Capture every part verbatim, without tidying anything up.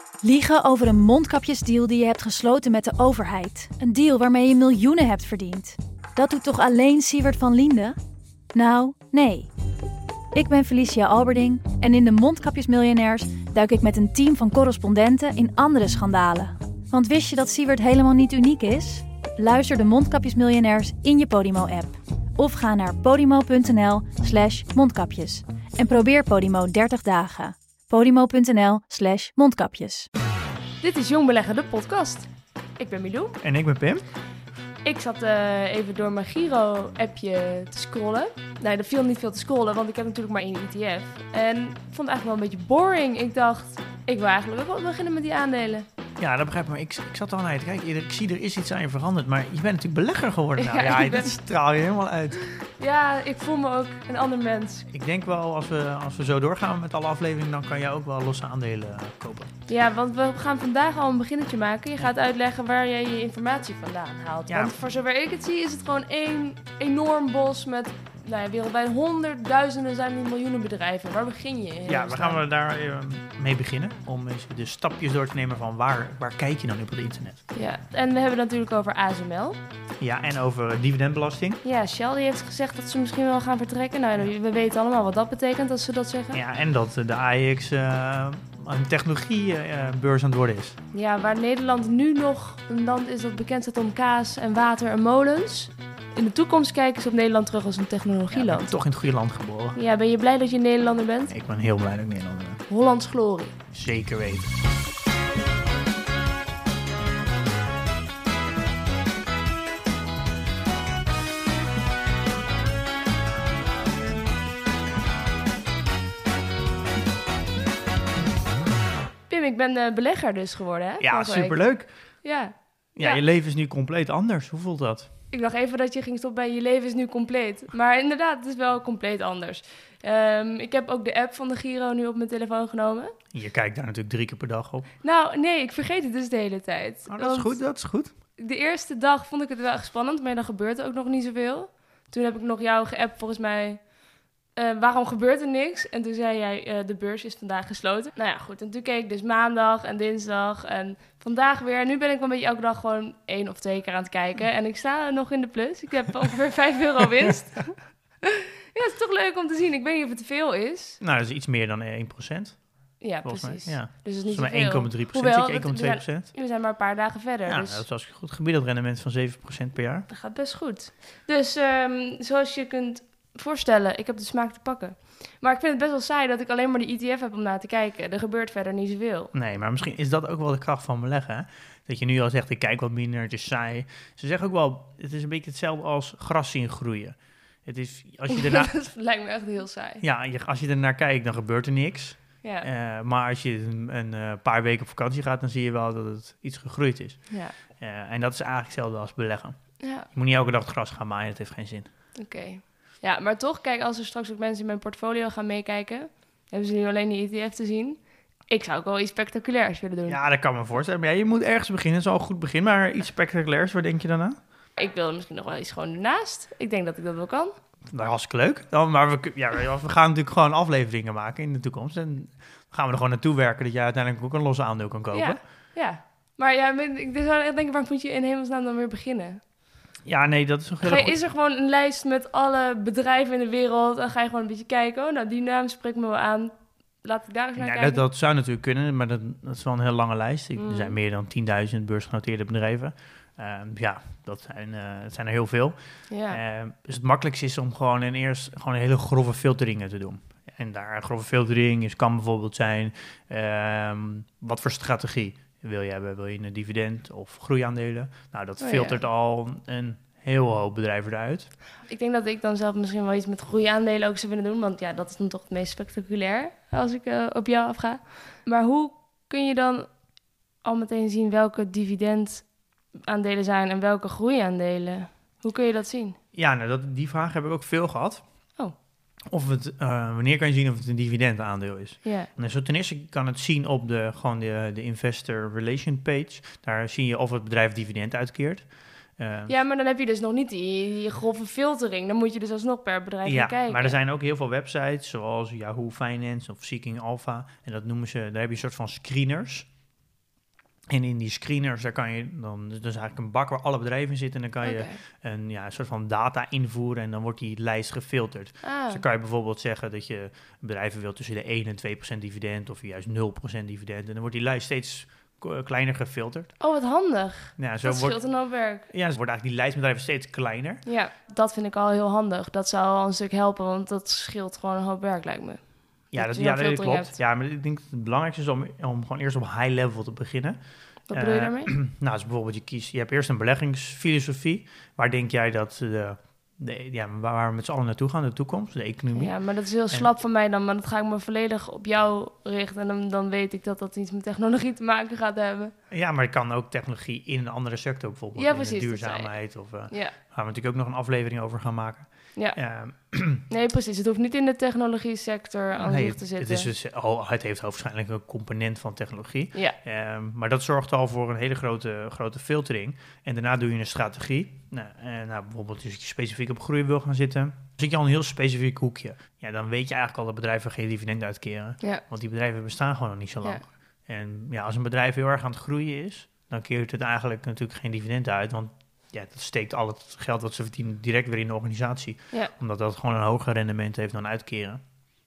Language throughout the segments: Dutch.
Liegen over een mondkapjesdeal die je hebt gesloten met de overheid. Een deal waarmee je miljoenen hebt verdiend. Dat doet toch alleen Siewert van Liende? Nou, nee. Ik ben Felicia Alberding en in de Mondkapjesmiljonairs duik ik met een team van correspondenten in andere schandalen. Want wist je dat Siewert helemaal niet uniek is? Luister de Mondkapjesmiljonairs in je Podimo-app. Of ga naar podimo.nl slash mondkapjes. En probeer Podimo dertig dagen. Podimo.nl slash mondkapjes. Dit is Jong Beleggen, de podcast. Ik ben Milou. En ik ben Pim. Ik zat uh, even door mijn Giro-appje te scrollen. Nee, er viel niet veel te scrollen, want ik heb natuurlijk maar één E T F. En ik vond het eigenlijk wel een beetje boring. Ik dacht, ik wil eigenlijk ook wel beginnen met die aandelen. Ja, dat begrijp ik. Maar ik, ik zat al naar je te kijken. Ik zie, er is iets aan je veranderd. Maar je bent natuurlijk belegger geworden. Nou, ja, ja ben... dat straal je helemaal uit. Ja, ik voel me ook een ander mens. Ik denk wel, als we, als we zo doorgaan met alle afleveringen, dan kan jij ook wel losse aandelen uh, kopen. Ja, want we gaan vandaag al een beginnetje maken. Je gaat uitleggen waar jij je informatie vandaan haalt. Ja. Want voor zover ik het zie, is het gewoon één enorm bos met... Nou ja, wereldwijd honderdduizenden, zijn er miljoenen bedrijven. Waar begin je in? Ja, we gaan we daar uh, mee beginnen. Om eens de stapjes door te nemen van waar, waar kijk je dan op het internet. Ja, en we hebben het natuurlijk over A S M L. Ja, en over dividendbelasting. Ja, Shell die heeft gezegd dat ze misschien wel gaan vertrekken. Nou, we weten allemaal wat dat betekent als ze dat zeggen. Ja, en dat de A E X uh, een technologiebeurs uh, aan het worden is. Ja, waar Nederland nu nog een land is dat bekend staat om kaas en water en molens. In de toekomst kijken ze op Nederland terug als een technologieland. Ja, ben ik toch in het goede land geboren. Ja, ben je blij dat je Nederlander bent? Ik ben heel blij dat ik Nederlander ben. Hollands glorie. Zeker weten. Pim, ik ben uh, belegger dus geworden, hè? Ja, superleuk. Ja. Ja, ja, je leven is nu compleet anders. Hoe voelt dat? Ik dacht even dat je ging stoppen bij je leven is nu compleet. Maar inderdaad, het is wel compleet anders. Um, ik heb ook de app van de Giro nu op mijn telefoon genomen. Je kijkt daar natuurlijk drie keer per dag op. Nou, nee, ik vergeet het dus de hele tijd. Oh, dat is goed, dat is goed. De eerste dag vond ik het wel echt spannend, maar dan gebeurt er ook nog niet zoveel. Toen heb ik nog jou geappt volgens mij... Uh, waarom gebeurt er niks? En toen zei jij, uh, de beurs is vandaag gesloten. Nou ja, goed. En toen keek ik dus maandag en dinsdag en vandaag weer. En nu ben ik wel een beetje elke dag gewoon één of twee keer aan het kijken. En ik sta nog in de plus. Ik heb ongeveer vijf euro winst. Ja, het is toch leuk om te zien. Ik weet niet of het te veel is. Nou, dat is iets meer dan één procent. Ja, precies. Ja. Dus het is niet maar zoveel. één komma drie procent, één komma twee procent. We zijn maar een paar dagen verder. Ja, dus... dat was een goed gemiddeld rendement van zeven procent per jaar. Dat gaat best goed. Dus um, zoals je kunt... voorstellen, ik heb de smaak te pakken. Maar ik vind het best wel saai dat ik alleen maar de E T F heb om naar te kijken. Er gebeurt verder niet zoveel. Nee, maar misschien is dat ook wel de kracht van beleggen. Hè? Dat je nu al zegt, ik kijk wat minder, het is saai. Ze zeggen ook wel, het is een beetje hetzelfde als gras zien groeien. Het is, als je ernaar... dat lijkt me echt heel saai. Ja, je, als je ernaar kijkt, dan gebeurt er niks. Ja. Uh, maar als je een, een uh, paar weken op vakantie gaat, dan zie je wel dat het iets gegroeid is. Ja. Uh, en dat is eigenlijk hetzelfde als beleggen. Ja. Je moet niet elke dag het gras gaan maaien, dat heeft geen zin. Oké. Okay. Ja, maar toch, kijk, als er straks ook mensen in mijn portfolio gaan meekijken, hebben ze nu alleen die E T F te zien. Ik zou ook wel iets spectaculairs willen doen. Ja, dat kan me voorstellen. Maar ja, je moet ergens beginnen. Het is al een goed begin, maar iets spectaculairs, waar denk je dan aan? Ik wil misschien nog wel iets gewoon ernaast. Ik denk dat ik dat wel kan. Nou, hartstikke leuk. Dan, maar we, ja, we gaan natuurlijk gewoon afleveringen maken in de toekomst. En dan gaan we er gewoon naartoe werken dat jij uiteindelijk ook een losse aandeel kan kopen. Ja, ja. Maar ja, ik zou echt denken, waar moet je in hemelsnaam dan weer beginnen? Ja, nee, dat is toch heel Ga je, goed. Is er gewoon een lijst met alle bedrijven in de wereld en ga je gewoon een beetje kijken, oh, nou, die naam spreekt me wel aan, laat ik daar eens naar ja, kijken. Dat, dat zou natuurlijk kunnen, maar dat, dat is wel een heel lange lijst. Mm. Er zijn meer dan tienduizend beursgenoteerde bedrijven. Uh, ja, dat zijn, uh, dat zijn er heel veel. Ja. Uh, dus het makkelijkste is om gewoon in eerst gewoon een hele grove filteringen te doen. En daar een grove filtering is, kan bijvoorbeeld zijn, uh, wat voor strategie wil je hebben? Wil je een dividend of groeiaandelen? Nou, dat oh, filtert ja. al een heel hoop bedrijven eruit. Ik denk dat ik dan zelf misschien wel iets met groeiaandelen ook zou willen doen, want ja, dat is dan toch het meest spectaculair als ik uh, op jou afga. Maar hoe kun je dan al meteen zien welke dividendaandelen zijn en welke groeiaandelen? Hoe kun je dat zien? Ja, nou, dat, die vraag heb ik ook veel gehad. Oh. Of het, uh, wanneer kan je zien of het een dividendaandeel is? Ja. En zo ten eerste kan het zien op de, gewoon de, de investor relation page. Daar zie je of het bedrijf dividend uitkeert. Uh, ja, maar dan heb je dus nog niet die, die grove filtering. Dan moet je dus alsnog per bedrijf ja, gaan kijken. maar er zijn ook heel veel websites, zoals Yahoo Finance of Seeking Alpha. En dat noemen ze, daar heb je een soort van screeners. En in die screeners, daar kan je dan, dus dat is eigenlijk een bak waar alle bedrijven in zitten. En dan kan je Oké. een, ja, een soort van data invoeren en dan wordt die lijst gefilterd. Ah, Dus dan kan je bijvoorbeeld zeggen dat je bedrijven wil tussen de één en twee procent dividend of juist nul procent dividend. En dan wordt die lijst steeds k- kleiner gefilterd. oh, wat handig. Ja, zo Dat wordt, scheelt een hoop werk. ja, dus wordt eigenlijk die lijst bedrijven steeds kleiner. Ja, dat vind ik al heel handig. Dat zou al een stuk helpen, want dat scheelt gewoon een hoop werk, lijkt me. Ja, Dat dat, je ja, dan dat filtering klopt. hebt. Ja, maar ik denk dat het belangrijkste is om, om gewoon eerst op high level te beginnen. Wat bedoel je Eh, daarmee? Nou, dus bijvoorbeeld je kiest, je hebt eerst een beleggingsfilosofie. Waar denk jij dat de, de, ja, waar waar we met z'n allen naartoe gaan, de toekomst, de economie? Ja, maar dat is heel slap van mij dan. Maar dat ga ik me volledig op jou richten. En dan, dan weet ik dat dat iets met technologie te maken gaat hebben. Ja, maar je kan ook technologie in een andere sector, bijvoorbeeld Ja, in precies, de dat zei je. duurzaamheid. Of uh, Ja, gaan we natuurlijk ook nog een aflevering over gaan maken. ja. Ehm, Nee, precies. Het hoeft niet in de technologie sector aan nee, zich het, te het, zitten. is dus, oh, het heeft hoogstwaarschijnlijk een component van technologie. Ja, Ehm, maar dat zorgt al voor een hele grote, grote filtering. En daarna doe je een strategie. Nou, eh, nou, bijvoorbeeld als je specifiek op groei wil gaan zitten, zit je al een heel specifiek hoekje. Ja, dan weet je eigenlijk al dat bedrijven geen dividend uitkeren. ja, Want die bedrijven bestaan gewoon nog niet zo lang. Ja. En ja, als een bedrijf heel erg aan het groeien is, dan keert het eigenlijk natuurlijk geen dividend uit. Want ja, dat steekt al het geld wat ze verdienen direct weer in de organisatie. ja. Omdat dat gewoon een hoger rendement heeft dan uitkeren.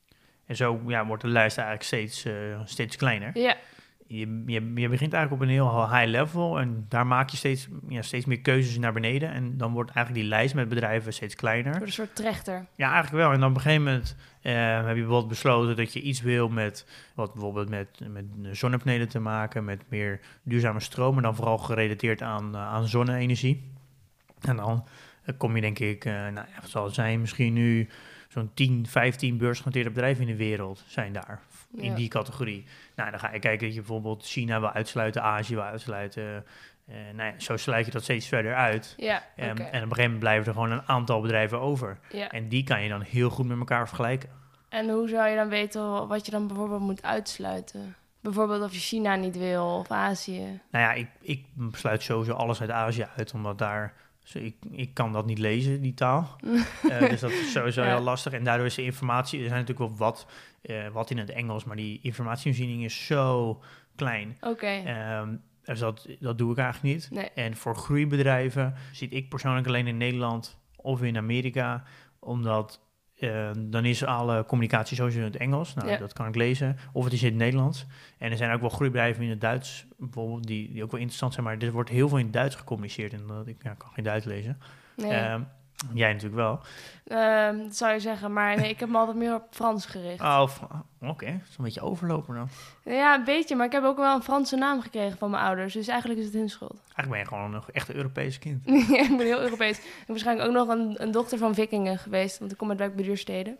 En zo ja, wordt de lijst eigenlijk steeds, uh, steeds kleiner. ja. Je, je, je begint eigenlijk op een heel high level en daar maak je steeds, ja, steeds meer keuzes naar beneden. En dan wordt eigenlijk die lijst met bedrijven steeds kleiner. Door een soort trechter. Ja, eigenlijk wel. En dan op een gegeven moment uh, heb je bijvoorbeeld besloten dat je iets wil met, wat bijvoorbeeld met, met zonnepanelen te maken, met meer duurzame stroom, en dan vooral gerelateerd aan, uh, aan zonne-energie. En dan uh, kom je denk ik, uh, nou ja, wat zal het zijn, misschien nu zo'n tien, vijftien beursgenoteerde bedrijven in de wereld zijn daar, in Ja. die categorie. Nou, dan ga je kijken dat je bijvoorbeeld China wil uitsluiten, Azië wil uitsluiten. Uh, nou ja, zo sluit je dat steeds verder uit. Ja, Um, oké. En op een gegeven moment blijven er gewoon een aantal bedrijven over. Ja. En die kan je dan heel goed met elkaar vergelijken. En hoe zou je dan weten wat je dan bijvoorbeeld moet uitsluiten? Bijvoorbeeld of je China niet wil of Azië. Nou ja, ik, ik sluit sowieso alles uit Azië uit, omdat daar... Dus ik, ik kan dat niet lezen, die taal. uh, dus dat is sowieso Ja. heel lastig. En daardoor is de informatie... Er zijn natuurlijk wel wat, uh, wat in het Engels, maar die informatievoorziening is zo klein. Oké. Um, dus dat, dat doe ik eigenlijk niet. Nee. En voor groeibedrijven zit ik persoonlijk alleen in Nederland of in Amerika, omdat uh, dan is alle communicatie sowieso in het Engels. Nou, Ja. dat kan ik lezen. Of het is in het Nederlands. En er zijn ook wel groeibedrijven in het Duits, bijvoorbeeld, die, die ook wel interessant zijn, maar er wordt heel veel in het Duits gecommuniceerd. En dat, ik ja, kan geen Duits lezen. Nee. Um, jij natuurlijk wel. Ehm, dat zou je zeggen, maar nee, ik heb me altijd meer op Frans gericht. Oh, f- oké. Okay. Dat is een beetje overlopen dan. Ja, een beetje, maar ik heb ook wel een Franse naam gekregen van mijn ouders. Dus eigenlijk is het hun schuld. Eigenlijk ben je gewoon een echt een Europees kind. Ja, ik ben heel Europees. Ik ben waarschijnlijk ook nog een, een dochter van vikingen geweest, want ik kom uit Wijk bij Duurstede.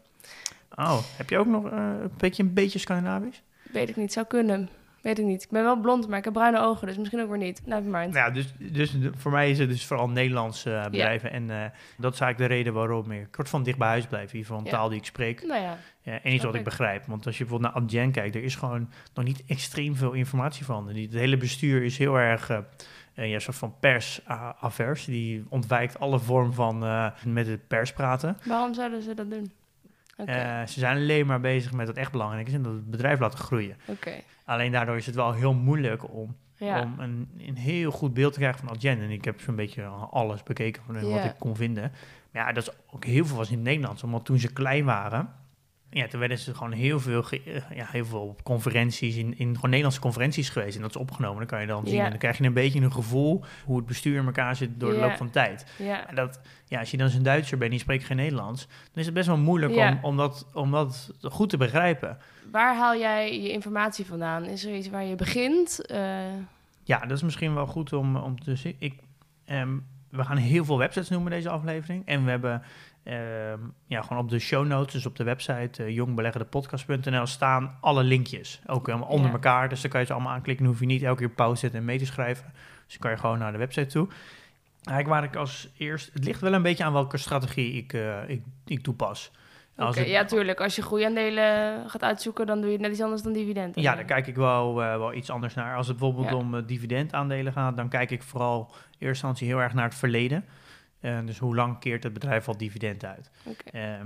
Oh, heb je ook nog uh, een, beetje, een beetje Scandinavisch? Weet ik niet, zou kunnen. Weet ik niet. Ik ben wel blond, maar ik heb bruine ogen, dus misschien ook weer niet. Never mind. Nou ja, dus, dus de- voor mij is het dus vooral Nederlandse uh, bedrijven. En uh, dat is eigenlijk de reden waarom ik kort van dicht bij huis blijf. In ieder geval een Ja. taal die ik spreek. Nou ja, Uh, en iets Snap wat ik ik. begrijp. Want als je bijvoorbeeld naar Adyen kijkt, er is gewoon nog niet extreem veel informatie van. Die, het hele bestuur is heel erg... Uh, uh, ja, soort van pers-avers. Die ontwijkt alle vorm van uh, met de pers praten. waarom zouden ze dat doen? Oké, Uh, ze zijn alleen maar bezig met wat echt belangrijk is. En dat het bedrijf laten groeien. oké. Alleen daardoor is het wel heel moeilijk om... Ja, om een, een heel goed beeld te krijgen van Adyen. En ik heb zo'n beetje alles bekeken van hun, wat Ja. ik kon vinden. Maar ja, dat is ook heel veel was in het Nederlands. Omdat toen ze klein waren, ja, toen werden ze gewoon heel veel, ge- eh, ja, heel veel op conferenties, in, in gewoon Nederlandse conferenties geweest. En dat is opgenomen, dan kan je dan zien. Ja. En dan krijg je een beetje een gevoel hoe het bestuur in elkaar zit door de Ja. loop van tijd. ja. En dat, ja, als je dan eens een Duitser bent en die spreekt geen Nederlands, dan is het best wel moeilijk Ja. om, om, dat, om dat goed te begrijpen. Waar haal jij je informatie vandaan? Is er iets waar je begint? Eh, Ja, dat is misschien wel goed om, om te zien. Ik, ehm, we gaan heel veel websites noemen deze aflevering. En we hebben ehm, ja, gewoon op de show notes, dus op de website uh, jongbeleggerdepodcast punt n l staan alle linkjes. Ook um, onder Ja. elkaar, dus dan kan je ze allemaal aanklikken. Dan hoef je niet elke keer pauze zetten en mee te schrijven. Dus dan kan je gewoon naar de website toe. Eigenlijk waar ik als eerst... Het ligt wel een beetje aan welke strategie ik, uh, ik, ik toepas. Als Oké, het- ja, tuurlijk. Als je groeiaandelen gaat uitzoeken, dan doe je het net iets anders dan dividenden. Ja, daar kijk ik wel, uh, wel iets anders naar. Als het bijvoorbeeld Ja. om uh, dividendaandelen gaat, dan kijk ik vooral in eerste instantie heel erg naar het verleden. Uh, dus hoe lang keert het bedrijf al dividend uit? Oké. Um,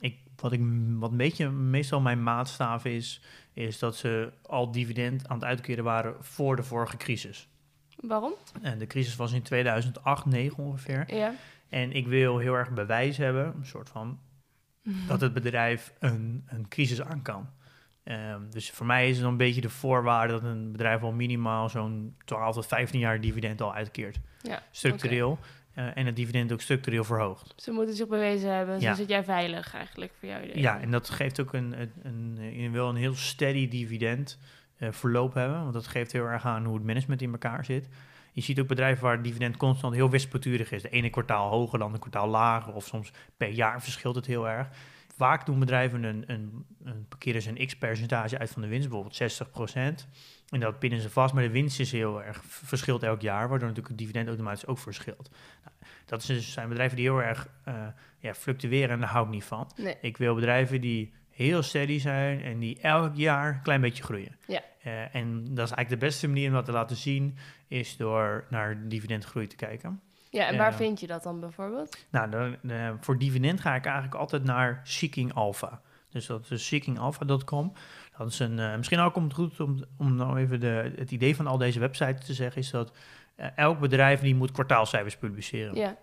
Ik, wat, ik, wat een beetje meestal mijn maatstaf is, is dat ze al dividend aan het uitkeren waren voor de vorige crisis. Waarom? En de crisis was in tweeduizend acht, negen ongeveer. Ja. En ik wil heel erg bewijs hebben, een soort van, dat het bedrijf een, een crisis aan kan. Um, dus voor mij is het dan een beetje de voorwaarde dat een bedrijf al minimaal zo'n twaalf tot vijftien jaar dividend al uitkeert. Ja, structureel. Okay. Uh, en het dividend ook structureel verhoogt. Ze moeten zich bewezen hebben, dus ja. dan zit jij veilig eigenlijk voor jouw idee. Ja, en dat geeft ook een, een, een, een, wel een heel steady dividend uh, verloop hebben. Want dat geeft heel erg aan hoe het management in elkaar zit. Je ziet ook bedrijven waar het dividend constant heel wispelturig is. De ene kwartaal hoger dan de kwartaal lager. Of soms per jaar verschilt het heel erg. Vaak doen bedrijven een, een, een parkeren ze een x-percentage uit van de winst, bijvoorbeeld zestig procent. En dat pinnen ze vast, maar de winst is heel erg verschilt elk jaar, waardoor natuurlijk het dividend automatisch ook verschilt. Nou, dat is dus, zijn bedrijven die heel erg uh, ja, fluctueren en daar hou ik niet van. Nee. Ik wil bedrijven die heel steady zijn en die elk jaar een klein beetje groeien. Ja. Uh, en dat is eigenlijk de beste manier om dat te laten zien, is door naar dividendgroei te kijken. Ja, en waar uh, vind je dat dan bijvoorbeeld? Nou, de, de, voor dividend ga ik eigenlijk altijd naar Seeking Alpha. Dus dat is seeking alpha dot com. Dat is een, uh, misschien ook om het goed om, om nou even de, het idee van al deze websites te zeggen, is dat uh, elk bedrijf die moet kwartaalcijfers publiceren. Ja.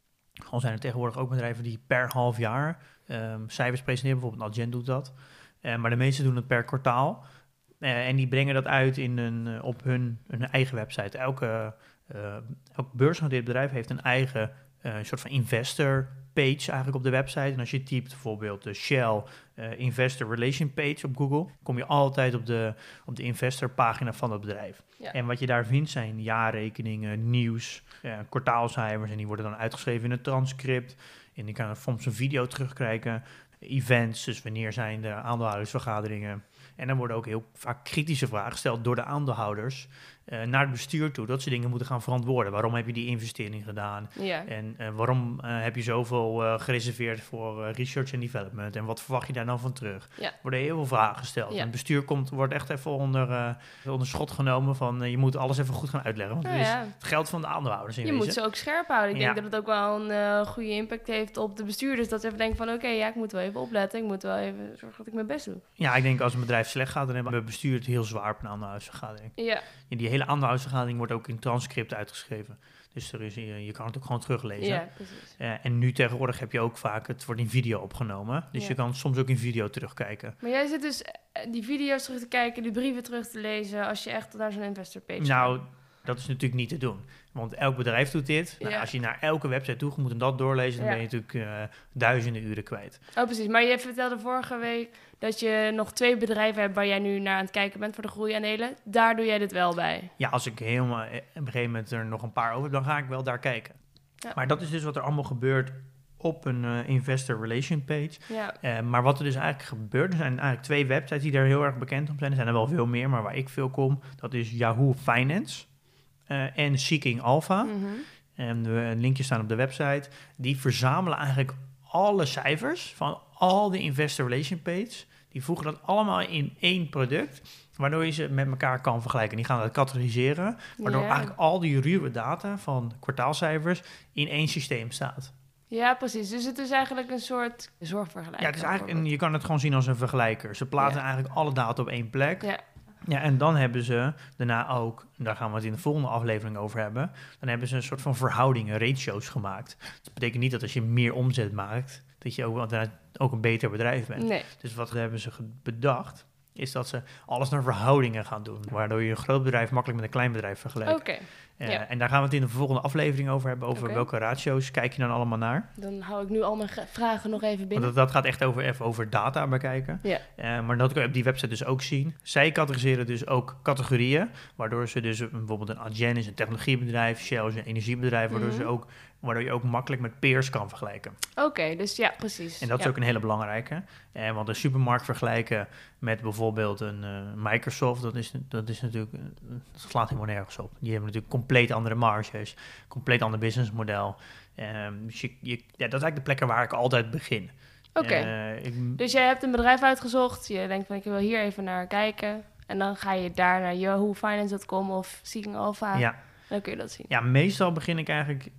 Al zijn er tegenwoordig ook bedrijven die per half jaar um, cijfers presenteren. Bijvoorbeeld Adyen doet dat. Uh, maar de meeste doen het per kwartaal. Uh, en die brengen dat uit in een, uh, op hun, hun eigen website. Elke, uh, elk beursgenoteerd bedrijf heeft een eigen uh, soort van investor page eigenlijk op de website. En als je typt bijvoorbeeld de Shell uh, Investor Relation page op Google, kom je altijd op de, op de investor pagina van het bedrijf. Ja. En wat je daar vindt zijn jaarrekeningen, nieuws, uh, kwartaalcijfers. En die worden dan uitgeschreven in een transcript. En die kan je soms een video terugkrijgen. Events, dus wanneer zijn de aandeelhoudersvergaderingen. En dan worden ook heel vaak kritische vragen gesteld door de aandeelhouders uh, naar het bestuur toe, dat ze dingen moeten gaan verantwoorden. Waarom heb je die investering gedaan? Ja. En uh, waarom uh, heb je zoveel uh, gereserveerd voor uh, research en development? En wat verwacht je daar dan van terug? Ja. Er worden heel veel vragen gesteld. Ja. En het bestuur komt, wordt echt even onder, uh, onder schot genomen van uh, je moet alles even goed gaan uitleggen. Want Nou het is ja. het geld van de aandeelhouders in Je wezen. moet ze ook scherp houden. Ik Ja. denk dat het ook wel een uh, goede impact heeft op de bestuurders. Dat ze even denken van oké, okay, ja, ik moet wel even opletten. Ik moet wel even zorgen dat ik mijn best doe. Ja, ik denk als een bedrijf slecht gaat, dan hebben we bestuur het heel zwaar op een aandeelhoudersvergadering. Ja. En die hele aandeelhoudersvergadering wordt ook in transcript uitgeschreven. Dus er is, je, je kan het ook gewoon teruglezen. Ja, precies. Uh, en nu tegenwoordig heb je ook vaak, het wordt in video opgenomen. Dus Ja. je kan soms ook in video terugkijken. Maar jij zit dus uh, die video's terug te kijken, die brieven terug te lezen, als je echt naar zo'n investor page Nou, gaat. dat is natuurlijk niet te doen. Want elk bedrijf doet dit. Nou, Ja. als je naar elke website toe moet en dat doorlezen, dan Ja. ben je natuurlijk uh, duizenden uren kwijt. Oh, precies. Maar je vertelde vorige week dat je nog twee bedrijven hebt waar jij nu naar aan het kijken bent voor de groeiaandelen. Daar doe jij dit wel bij. Ja, als ik helemaal eh, op een gegeven moment er nog een paar over heb, dan ga ik wel daar kijken. Ja. Maar dat is dus wat er allemaal gebeurt op een uh, investor relation page. Ja. Uh, maar wat er dus eigenlijk gebeurt, er zijn eigenlijk twee websites die daar heel erg bekend op zijn. Er zijn er wel veel meer, maar waar ik veel kom, dat is Yahoo Finance uh, en Seeking Alpha. Mm-hmm. En de linkjes staan op de website. Die verzamelen eigenlijk alle cijfers van al de investor relation page. Die voegen dat allemaal in één product, waardoor je ze met elkaar kan vergelijken. Die gaan dat categoriseren, waardoor Ja. eigenlijk al die ruwe data van kwartaalcijfers in één systeem staat. Ja, precies. Dus het is eigenlijk een soort zorgvergelijking. Ja, het is eigenlijk een, je kan het gewoon zien als een vergelijker. Ze plaatsen Ja. eigenlijk alle data op één plek. Ja. Ja, en dan hebben ze daarna ook, en daar gaan we het in de volgende aflevering over hebben, dan hebben ze een soort van verhoudingen, ratio's gemaakt. Dat betekent niet dat als je meer omzet maakt, dat je ook, ook een beter bedrijf bent. Nee. Dus wat hebben ze bedacht, is dat ze alles naar verhoudingen gaan doen, waardoor je een groot bedrijf makkelijk met een klein bedrijf vergelijkt. Oké. Uh, Ja. En daar gaan we het in de volgende aflevering over hebben, over Oké. welke ratio's kijk je dan allemaal naar. Dan hou ik nu al mijn ge- vragen nog even Want binnen. dat, dat gaat echt over, even over data bekijken. Ja. Uh, maar dat kun je op die website dus ook zien. Zij categoriseren dus ook categorieën, waardoor ze dus bijvoorbeeld een Adyen is een technologiebedrijf, Shell is een energiebedrijf, waardoor, Mhm. ze ook, waardoor je ook makkelijk met peers kan vergelijken. Oké, okay, dus ja, precies. En dat is ja. ook een hele belangrijke. Uh, want een supermarkt vergelijken met bijvoorbeeld een uh, Microsoft, dat is, dat is natuurlijk, uh, dat slaat helemaal nergens op. Die hebben natuurlijk compleet andere marges, compleet ander businessmodel. Um, dus je, je, ja, dat is eigenlijk de plekken waar ik altijd begin. Oké. Uh, ik- Dus jij hebt een bedrijf uitgezocht. Je denkt van ik wil hier even naar kijken. En dan ga je daar naar yahoo finance dot com of Seeking Alpha. ja. Dan kun je dat zien. ja, meestal begin ik eigenlijk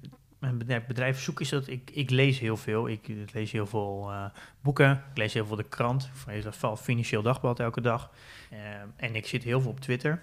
een bedrijf, bedrijf zoeken is dat ik, ik lees heel veel. Ik lees heel veel uh, boeken. Ik lees heel veel de krant. Van Financieel Dagblad elke dag. Uh, en ik zit heel veel op Twitter.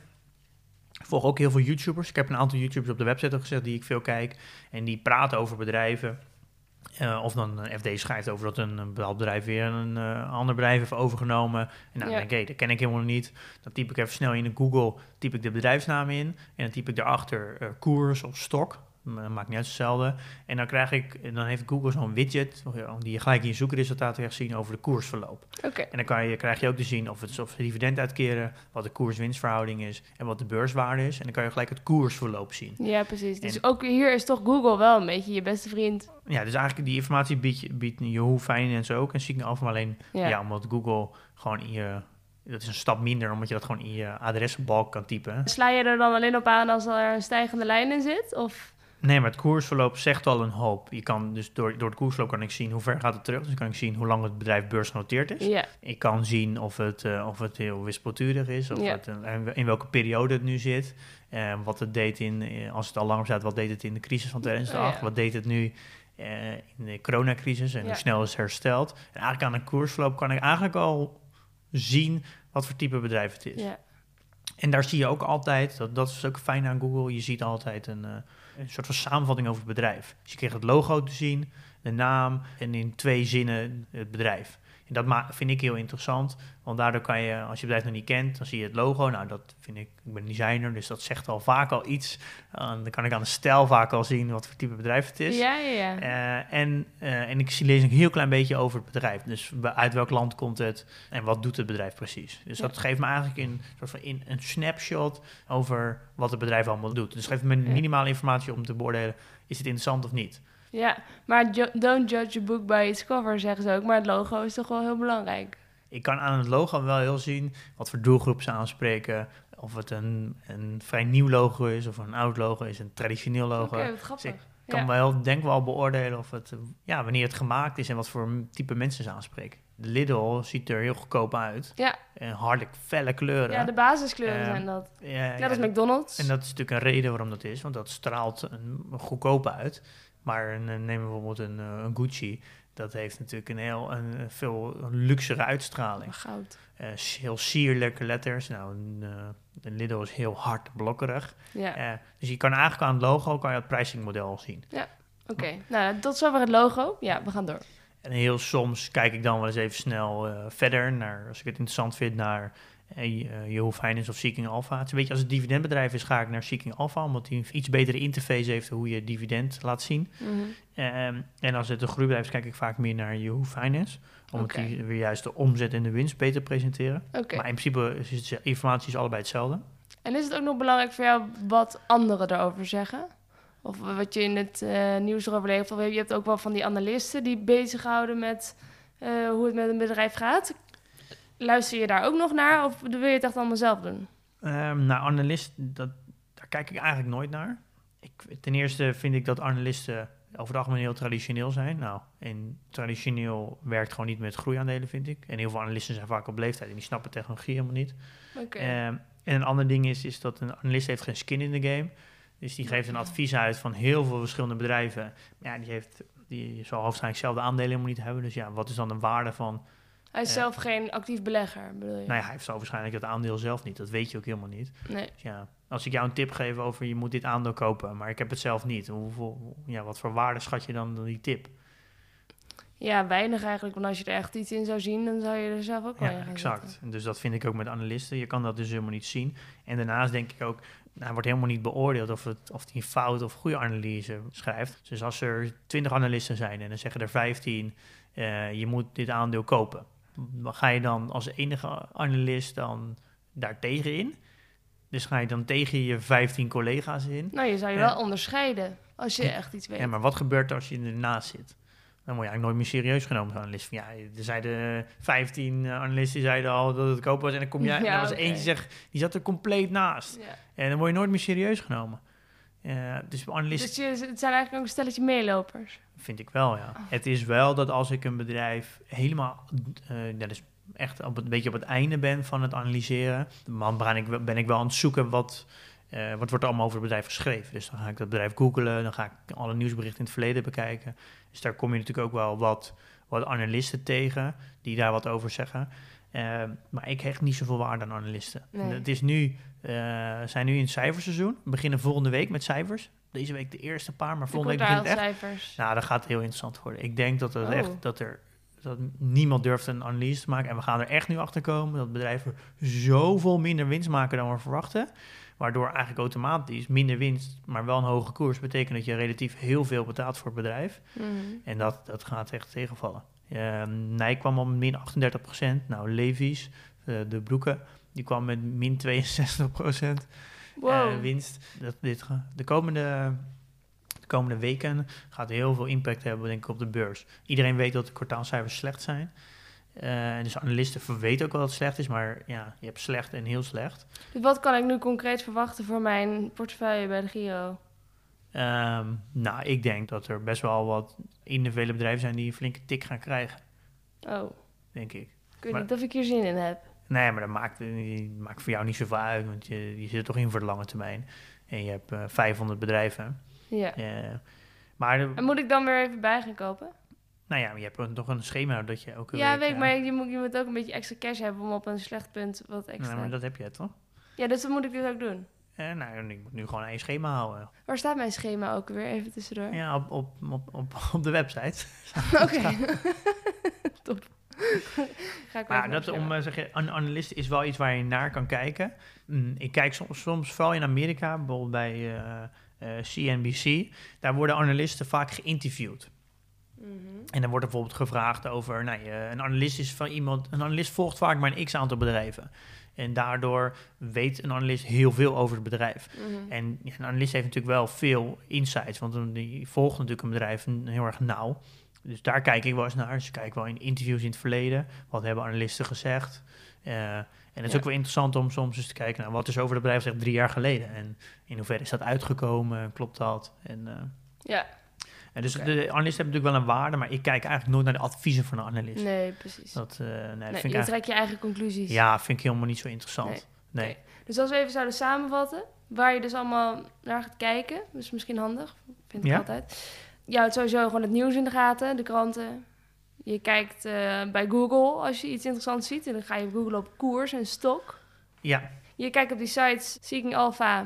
Ik volg ook heel veel YouTubers. Ik heb een aantal YouTubers op de website ook gezet die ik veel kijk. En die praten over bedrijven. Uh, of dan een F D schrijft over dat een, een bepaald bedrijf weer een uh, ander bedrijf heeft overgenomen. En nou, ja. dan denk ik, hey, dat ken ik helemaal niet. Dan typ ik even snel in de Google, typ ik de bedrijfsnaam in. En dan typ ik daarachter uh, koers of stok. Maakt niet uit hetzelfde. En dan krijg ik, dan heeft Google zo'n widget die je gelijk in je zoekresultaten krijgt zien over de koersverloop. Okay. En dan kan je, krijg je ook te zien of het of dividend uitkeren, wat de koers-winstverhouding is en wat de beurswaarde is. En dan kan je gelijk het koersverloop zien. Ja, precies. Dus en, ook hier is toch Google wel een beetje je beste vriend. Ja, dus eigenlijk die informatie biedt, biedt Yahoo Finance ook en Seeking Alpha, maar alleen ja. ja, omdat Google gewoon in je... Dat is een stap minder, omdat je dat gewoon in je adresbalk kan typen. Sla je er dan alleen op aan als er een stijgende lijn in zit? Of... Nee, maar het koersverloop zegt al een hoop. Je kan dus door, door het koersverloop kan ik zien hoe ver gaat het terug. Dus kan ik zien hoe lang het bedrijf beursgenoteerd is. Ja. Ik kan zien of het, uh, of het heel wispelturig is. Of ja. het, uh, in welke periode het nu zit. Uh, wat het deed in, als het al langer staat, wat deed het in de crisis van tweeduizend acht? Oh, ja. Wat deed het nu uh, in de coronacrisis? En ja. hoe snel is het hersteld? En eigenlijk aan een koersverloop kan ik eigenlijk al zien wat voor type bedrijf het is. Ja. En daar zie je ook altijd, dat, dat is ook fijn aan Google, je ziet altijd een, uh, een soort van samenvatting over het bedrijf. Dus je krijgt het logo te zien, de naam en in twee zinnen het bedrijf. En dat ma- vind ik heel interessant, want daardoor kan je, als je het bedrijf nog niet kent, dan zie je het logo. Nou, dat vind ik, ik ben designer, dus dat zegt al vaak al iets. Uh, dan kan ik aan de stijl vaak al zien wat voor type bedrijf het is. Ja, ja, ja. Uh, en, uh, en ik zie, lees een heel klein beetje over het bedrijf. Dus uit welk land komt het en wat doet het bedrijf precies. Dus ja. dat geeft me eigenlijk in, soort van in een snapshot over wat het bedrijf allemaal doet. Dus geeft me minimale informatie om te beoordelen, is het interessant of niet. Ja, maar jo- don't judge a book by its cover, zeggen ze ook. Maar het logo is toch wel heel belangrijk. Ik kan aan het logo wel heel zien wat voor doelgroep ze aanspreken. Of het een, een vrij nieuw logo is of een oud logo is, een traditioneel logo. Oké, okay, wat grappig. Dus ik kan ja. wel, denk wel beoordelen of het, ja, wanneer het gemaakt is en wat voor type mensen ze aanspreken. De Lidl ziet er heel goedkoop uit. Ja. En hartelijk felle kleuren. Ja, de basiskleuren uh, zijn dat. Ja, ja, ja, dat is McDonald's. En dat is natuurlijk een reden waarom dat is, want dat straalt een, een goedkoop uit. Maar een, neem bijvoorbeeld een, een Gucci, dat heeft natuurlijk een heel een, veel een luxere uitstraling. Goud. Uh, heel sierlijke letters. Nou, een, uh, de Lidl is heel hard blokkerig. Ja. Uh, dus je kan eigenlijk aan het logo kan je het pricingmodel zien. Ja, oké. Okay. Nou, tot zover het logo. Ja, we gaan door. En heel soms kijk ik dan wel eens even snel uh, verder naar, als ik het interessant vind, naar uh, Yahoo Finance of Seeking Alpha. Het is een beetje als het dividendbedrijf is, ga ik naar Seeking Alpha, omdat die een iets betere interface heeft hoe je dividend laat zien. Mm-hmm. Um, en als het een groeibedrijf is, kijk ik vaak meer naar Yahoo Finance, omdat okay. die weer juist de omzet en de winst beter presenteren. Okay. Maar in principe is de informatie is allebei hetzelfde. En is het ook nog belangrijk voor jou wat anderen erover zeggen? Of wat je in het uh, nieuws erover leest? Of je hebt ook wel van die analisten die bezighouden met uh, hoe het met een bedrijf gaat. Luister je daar ook nog naar of wil je het echt allemaal zelf doen? Um, nou, analist, dat, daar kijk ik eigenlijk nooit naar. Ik, ten eerste vind ik dat analisten over het algemeen heel traditioneel zijn. Nou, en traditioneel werkt gewoon niet met groeiaandelen, vind ik. En heel veel analisten zijn vaak op leeftijd en die snappen technologie helemaal niet. Okay. Um, en een ander ding is, is dat een analist heeft geen skin in the game. Dus die geeft een advies uit van heel veel verschillende bedrijven. Ja, die, heeft, die zal hoofdzakelijk zelf de aandelen helemaal niet hebben. Dus ja, wat is dan de waarde van... Hij is uh, zelf geen actief belegger, bedoel je? Nou ja, hij heeft zo waarschijnlijk het aandeel zelf niet. Dat weet je ook helemaal niet. Nee. Dus ja, als ik jou een tip geef over je moet dit aandeel kopen, maar ik heb het zelf niet. Hoeveel, ja, wat voor waarde schat je dan dan die tip? Ja, weinig eigenlijk. Want als je er echt iets in zou zien, dan zou je er zelf ook wel ja, in gaan exact. zitten. Dus dat vind ik ook met analisten. Je kan dat dus helemaal niet zien. En daarnaast denk ik ook, nou, wordt helemaal niet beoordeeld of het of die een fout of goede analyse schrijft. Dus als er twintig analisten zijn en dan zeggen er vijftien, uh, je moet dit aandeel kopen. Ga je dan als enige analist dan daar tegen in? Dus ga je dan tegen je vijftien collega's in? Nou, je zou je uh, wel onderscheiden als je echt iets weet. Ja, maar wat gebeurt er als je ernaast zit? Dan word je eigenlijk nooit meer serieus genomen als analist. Van, ja, er zeiden vijftien analisten die zeiden al dat het koop was. En dan kom jij, ja, en dan was okay. eentje zeg, die zat er compleet naast. Ja. En dan word je nooit meer serieus genomen. Uh, dus analisten... Dus je, het zijn eigenlijk ook een stelletje meelopers? Vind ik wel, ja. Oh. Het is wel dat als ik een bedrijf helemaal... Uh, dat is echt op het, een beetje op het einde ben van het analyseren... dan ben ik, ben ik wel aan het zoeken wat... Uh, wat wordt er allemaal over het bedrijf geschreven? Dus dan ga ik dat bedrijf googlen, dan ga ik alle nieuwsberichten in het verleden bekijken. Dus daar kom je natuurlijk ook wel wat, wat analisten tegen die daar wat over zeggen. Uh, maar ik hecht niet zoveel waarde aan analisten. Nee. Het is nu, uh, zijn nu in het cijferseizoen. We beginnen volgende week met cijfers. Deze week de eerste paar, maar volgende week begint het echt. Cijfers. Nou, dat gaat heel interessant worden. Ik denk dat, het Oh. echt, dat, er, dat niemand durft een analyse te maken. En we gaan er echt nu achter komen dat bedrijven zoveel minder winst maken dan we verwachten. Waardoor eigenlijk automatisch minder winst, maar wel een hoge koers, betekent dat je relatief heel veel betaalt voor het bedrijf. Mm. En dat, dat gaat echt tegenvallen. Uh, Nike kwam op min achtendertig procent. Nou, Levi's, uh, de broeken, die kwam met min tweeënzestig procent Wow. uh, winst. Dat, dit, de, komende, de komende weken gaat heel veel impact hebben, denk ik, op de beurs. Iedereen weet dat de kwartaalcijfers slecht zijn. Uh, dus analisten weten ook wel dat het slecht is, maar ja, je hebt slecht en heel slecht. Dus wat kan ik nu concreet verwachten voor mijn portefeuille bij de Giro? Um, nou, ik denk dat er best wel wat individuele bedrijven zijn die een flinke tik gaan krijgen. Oh. Denk ik. Ik weet maar, niet of ik hier zin in heb. Nee, maar dat maakt, maakt voor jou niet zoveel uit, want je, je zit er toch in voor de lange termijn. En je hebt uh, vijfhonderd bedrijven. Ja. Uh, maar de, en moet ik dan weer even bij gaan kopen? Nou ja, je hebt toch een schema dat je ook... Ja, week, weet ik, uh, maar je moet, je moet ook een beetje extra cash hebben om op een slecht punt wat extra... Nou, maar dat heb je toch? Ja, dus dat moet ik dus ook doen. Uh, nou, ik moet nu gewoon een schema houden. Waar staat mijn schema ook weer? Even tussendoor. Ja, op, op, op, op, op de website. Oké. Top. Ga ik maar dat, om uh, zeg je, een analist is wel iets waar je naar kan kijken. Mm, ik kijk soms, soms vooral in Amerika, bijvoorbeeld bij uh, uh, C N B C. Daar worden analisten vaak geïnterviewd. Mm-hmm. En dan wordt er bijvoorbeeld gevraagd over... Nou, een analist is van iemand... Een analist volgt vaak maar een x-aantal bedrijven. En daardoor weet een analist heel veel over het bedrijf. Mm-hmm. En ja, een analist heeft natuurlijk wel veel insights... want die volgt natuurlijk een bedrijf heel erg nauw. Dus daar kijk ik wel eens naar. Dus ik kijk wel in interviews in het verleden. Wat hebben analisten gezegd? Uh, en het is ja. ook wel interessant om soms eens te kijken... naar wat is over het bedrijf gezegd drie jaar geleden. En in hoeverre is dat uitgekomen? Klopt dat? En, uh, ja. En dus okay. de analisten hebben natuurlijk wel een waarde, maar ik kijk eigenlijk nooit naar de adviezen van de analist. Nee, precies. Dat, uh, nee, nee, dat vind je ik trekt je eigen conclusies. Ja, vind ik helemaal niet zo interessant. Nee. Nee. nee. Dus als we even zouden samenvatten, waar je dus allemaal naar gaat kijken, dus misschien handig, vind ik ja? altijd. Je houdt sowieso gewoon het nieuws in de gaten, de kranten. Je kijkt uh, bij Google als je iets interessants ziet en dan ga je googlen op koers en stok. Ja. Je kijkt op die sites Seeking Alpha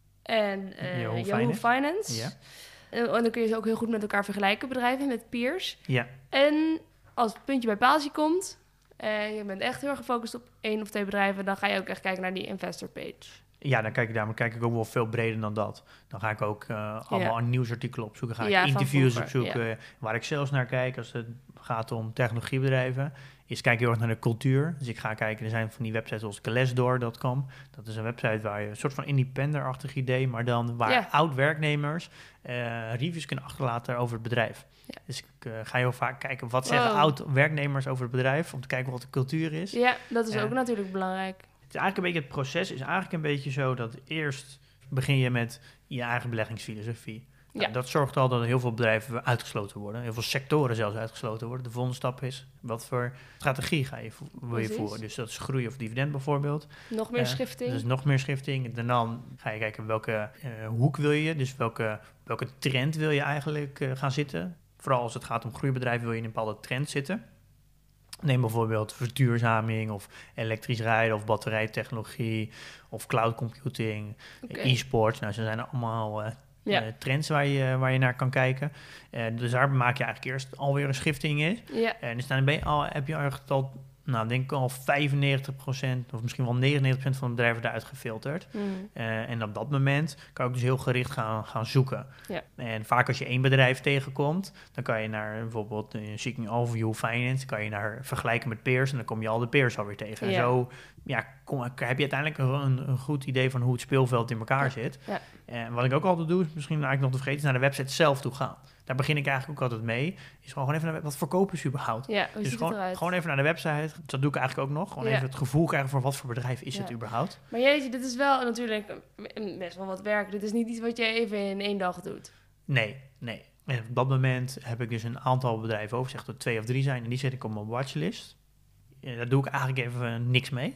en uh, Yahoo, Yahoo Finance. Finance. Ja. En dan kun je ze ook heel goed met elkaar vergelijken, bedrijven, met peers. Ja. En als het puntje bij paaltje komt, en je bent echt heel erg gefocust op één of twee bedrijven, dan ga je ook echt kijken naar die investor page. Ja, dan kijk ik daar, maar kijk ik ook wel veel breder dan dat. Dan ga ik ook uh, allemaal ja. nieuwsartikelen opzoeken, ga ja, ik interviews opzoeken. Ja. Waar ik zelfs naar kijk als het gaat om technologiebedrijven, is kijk heel erg naar de cultuur. Dus ik ga kijken, er zijn van die websites zoals glassdoor punt com. Dat is een website waar je een soort van independent-achtig idee, maar dan waar ja. oud-werknemers uh, reviews kunnen achterlaten over het bedrijf. Ja. Dus ik uh, ga heel vaak kijken, wat zeggen wow. oud-werknemers over het bedrijf, om te kijken wat de cultuur is. Ja, dat is uh, ook natuurlijk belangrijk. Het is eigenlijk een beetje het proces is eigenlijk een beetje zo dat eerst begin je met je eigen beleggingsfilosofie. Ja. Nou, dat zorgt al dat er heel veel bedrijven uitgesloten worden. Heel veel sectoren zelfs uitgesloten worden. De volgende stap is, wat voor strategie ga je, wil je voeren? Dus dat is groei of dividend bijvoorbeeld. Nog meer uh, schifting. Dus nog meer schifting. En dan ga je kijken welke uh, hoek wil je. Dus welke, welke trend wil je eigenlijk uh, gaan zitten. Vooral als het gaat om groeibedrijven wil je in een bepaalde trend zitten. Neem bijvoorbeeld verduurzaming of elektrisch rijden of batterijtechnologie of cloud computing, okay. e-sports. Nou, ze zijn allemaal uh, ja. uh, trends waar je, waar je naar kan kijken. Uh, dus daar maak je eigenlijk eerst alweer een schifting in. Ja. En dus dan ben je al, heb je echt al, nou denk ik al vijfennegentig procent of misschien wel negenennegentig procent van de bedrijven eruit gefilterd. Mm. Uh, en op dat moment kan je ook dus heel gericht gaan, gaan zoeken. Ja. En vaak als je één bedrijf tegenkomt, dan kan je naar bijvoorbeeld uh, Seeking Alpha, Yahoo Finance, kan je naar vergelijken met peers en dan kom je al de peers alweer tegen. Ja. En zo ja, kom, heb je uiteindelijk een, een goed idee van hoe het speelveld in elkaar ja. zit. Ja. En wat ik ook altijd doe, is misschien eigenlijk nog te vergeten, is naar de website zelf toe gaan. Daar begin ik eigenlijk ook altijd mee. Is gewoon even naar wat verkopen ze überhaupt. Ja, hoe dus ziet gewoon, het eruit? gewoon even naar de website. Dat doe ik eigenlijk ook nog. Gewoon ja. even het gevoel krijgen voor wat voor bedrijf is ja. het überhaupt. Maar jeetje, dit is wel natuurlijk best wel wat werk. Dit is niet iets wat je even in één dag doet. Nee, nee. En op dat moment heb ik dus een aantal bedrijven over. Zeg dat twee of drie zijn. En die zet ik op mijn watchlist. Ja, daar doe ik eigenlijk even niks mee.